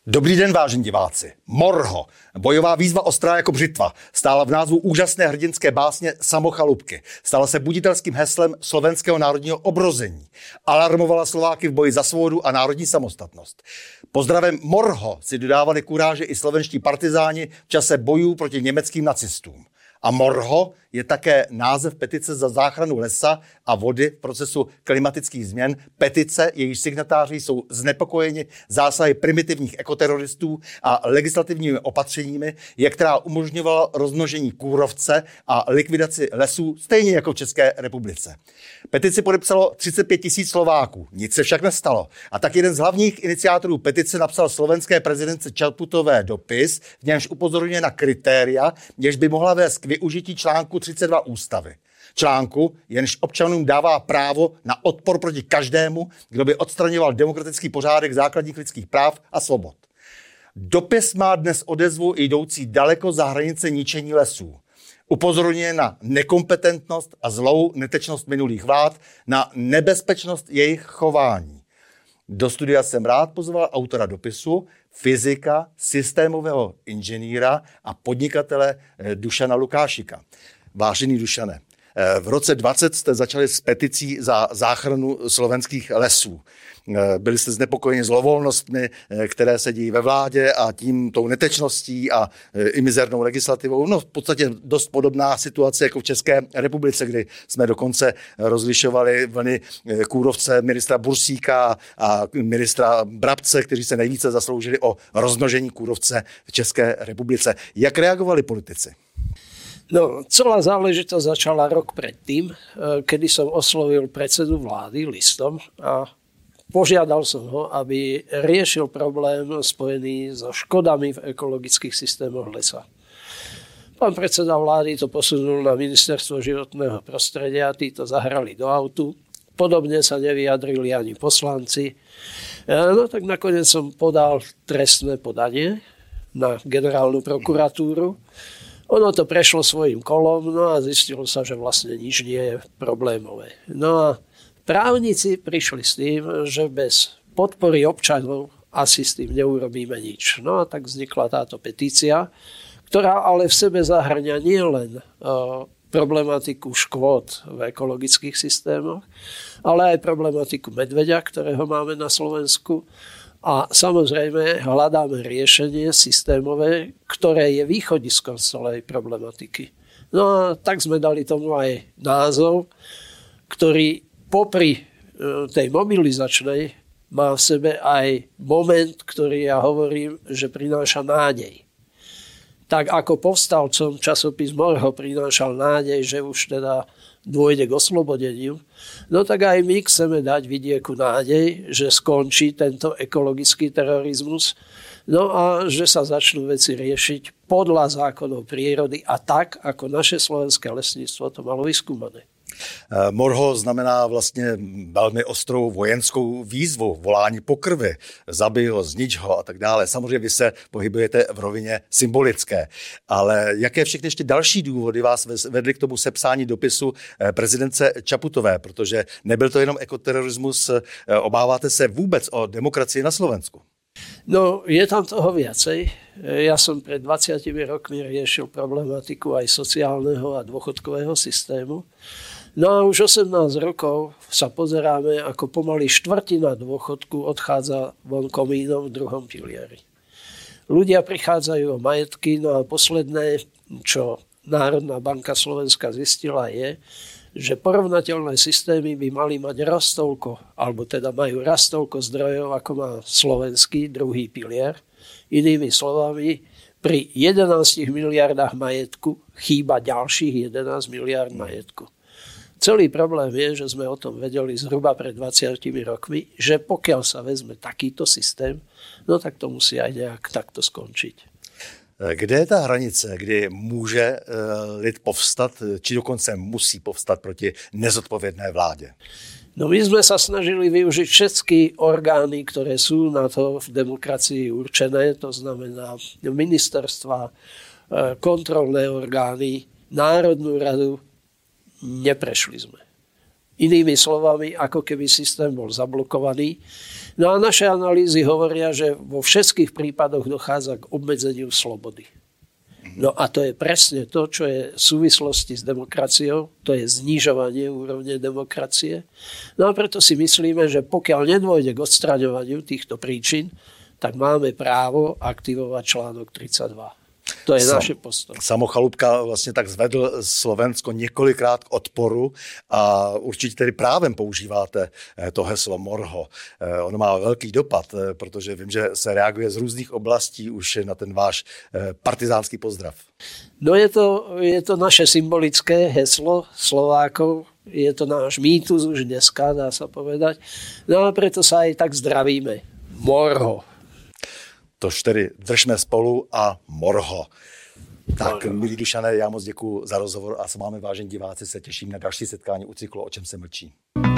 Dobrý den, vážení diváci. Morho, bojová výzva ostrá jako břitva, stála v názvu úžasné hrdinské básně Samochalupky. Stala se buditelským heslem slovenského národního obrození. Alarmovala Slováky v boji za svobodu a národní samostatnost. Pozdravem Morho si dodávali kuráže i slovenští partizáni v čase bojů proti německým nacistům. A Morho je také název petice za záchranu lesa a vody v procesu klimatických změn. Petice, jejíž signatáři jsou znepokojeni zásahy primitivních ekoteroristů a legislativními opatřeními, která umožňovala rozmnožení kůrovce a likvidaci lesů, stejně jako v České republice. Petici podepsalo 35 000 Slováků. Nic se však nestalo. A tak jeden z hlavních iniciátorů petice napsal slovenské prezidentce Čaputové dopis, v němž upozorňuje na kritéria, jež by mohla vést k využití článku 32 ústavy. Článku, jenž občanům dává právo na odpor proti každému, kdo by odstraňoval demokratický pořádek základních lidských práv a svobod. Dopis má dnes odezvu jdoucí daleko za hranice ničení lesů. Upozorňuje na nekompetentnost a zlou netečnost minulých vlád, na nebezpečnost jejich chování. Do studia jsem rád pozval autora dopisu, fyzika, systémového inženýra a podnikatele Dušana Lukášika. Vážený Dušane, v roce 20 jste začali s peticí za záchranu slovenských lesů. Byli jste znepokojeni zlovolnostmi, které se dějí ve vládě a tím tou netečností a i mizernou legislativou. No v podstatě dost podobná situace jako v České republice, kdy jsme dokonce rozlišovali vlny kůrovce ministra Bursíka a ministra Brabce, kteří se nejvíce zasloužili o rozmnožení kůrovce v České republice. Jak reagovali politici? No, celá záležitosť začala rok predtým, kedy som oslovil predsedu vlády listom a požiadal som ho, aby riešil problém spojený so škodami v ekologických systémoch lesa. Pán predseda vlády to posunul na ministerstvo životného prostredia, tí to zahrali do autu. Podobne sa nevyjadrili ani poslanci. No tak nakoniec som podal trestné podanie na generálnu prokuratúru. Ono to prešlo svojím kolom, no a zistilo sa, že vlastne nič nie je problémové. No a právnici prišli s tým, že bez podpory občanov asi s tým neurobíme nič. No a tak vznikla táto petícia, ktorá ale v sebe zahrňa nielen problematiku škôd v ekologických systémoch, ale aj problematiku medveďa, ktorého máme na Slovensku. A samozrejme hľadáme riešenie systémové, ktoré je východiskom z celej problematiky. No a tak sme dali tomu aj názov, ktorý popri tej mobilizačnej má v sebe aj moment, ktorý ja hovorím, že prináša nádej. Tak ako povstalcom časopis Morho prinášal nádej, že už teda dôjde k oslobodeniu, no tak aj my chceme dať vidieku nádej, že skončí tento ekologický terorizmus, no a že sa začnú veci riešiť podľa zákonov prírody a tak, ako naše slovenské lesníctvo to malo vyskúmané. Morho znamená vlastně velmi ostrou vojenskou výzvu, volání po krvi, zabij ho, znič ho a tak dále. Samozřejmě vy se pohybujete v rovině symbolické, ale jaké všechny ještě další důvody vás vedly k tomu sepsání dopisu prezidentce Čaputové, protože nebyl to jenom ekoterorismus, obáváte se vůbec o demokracii na Slovensku? No, je tam toho viacej. Ja som pred 20 rokmi riešil problematiku aj sociálneho a dôchodkového systému. No a už 18 rokov sa pozeráme, ako pomaly štvrtina dôchodku odchádza von komínom v druhom pilieri. Ľudia prichádzajú o majetky, no a posledné, čo Národná banka Slovenska zistila je, že porovnateľné systémy by mali mať rastovko, alebo teda majú rastovko zdrojov, ako má slovenský druhý pilier. Inými slovami, pri 11 miliardách majetku chýba ďalších 11 miliard majetku. Celý problém je, že sme o tom vedeli zhruba pred 20 rokmi, že pokiaľ sa vezme takýto systém, no tak to musí aj nejak takto skončiť. Kde je ta hranice, kdy může lid povstat, či dokonce musí povstat proti nezodpovědné vládě? No my sme sa snažili využiť všetky orgány, ktoré sú na to v demokracii určené, to znamená ministerstva, kontrolné orgány, Národnú radu. Neprešli sme. Inými slovami, ako keby systém bol zablokovaný. No a naše analýzy hovoria, že vo všetkých prípadoch dochádza k obmedzeniu slobody. No a to je presne to, čo je v súvislosti s demokraciou, to je znižovanie úrovne demokracie. No a preto si myslíme, že pokiaľ nedôjde k odstraňovaniu týchto príčin, tak máme právo aktivovať článok 32. To je naše postoj. Samochalúbka vlastně tak zvedl Slovensko několikrát k odporu a určitě tedy právem používáte to heslo Morho. Ono má velký dopad, protože vím, že se reaguje z různých oblastí už na ten váš partizánský pozdrav. No je to naše symbolické heslo Slovákov, je to náš mýtus už dneska, dá sa povedať. No a preto sa aj tak zdravíme. Morho. Tož tedy držme spolu a Morho. Tak, milí Dušané, já moc děkuju za rozhovor a s vámi, vážení diváci, se těším na další setkání u cyklu O čem se mlčí.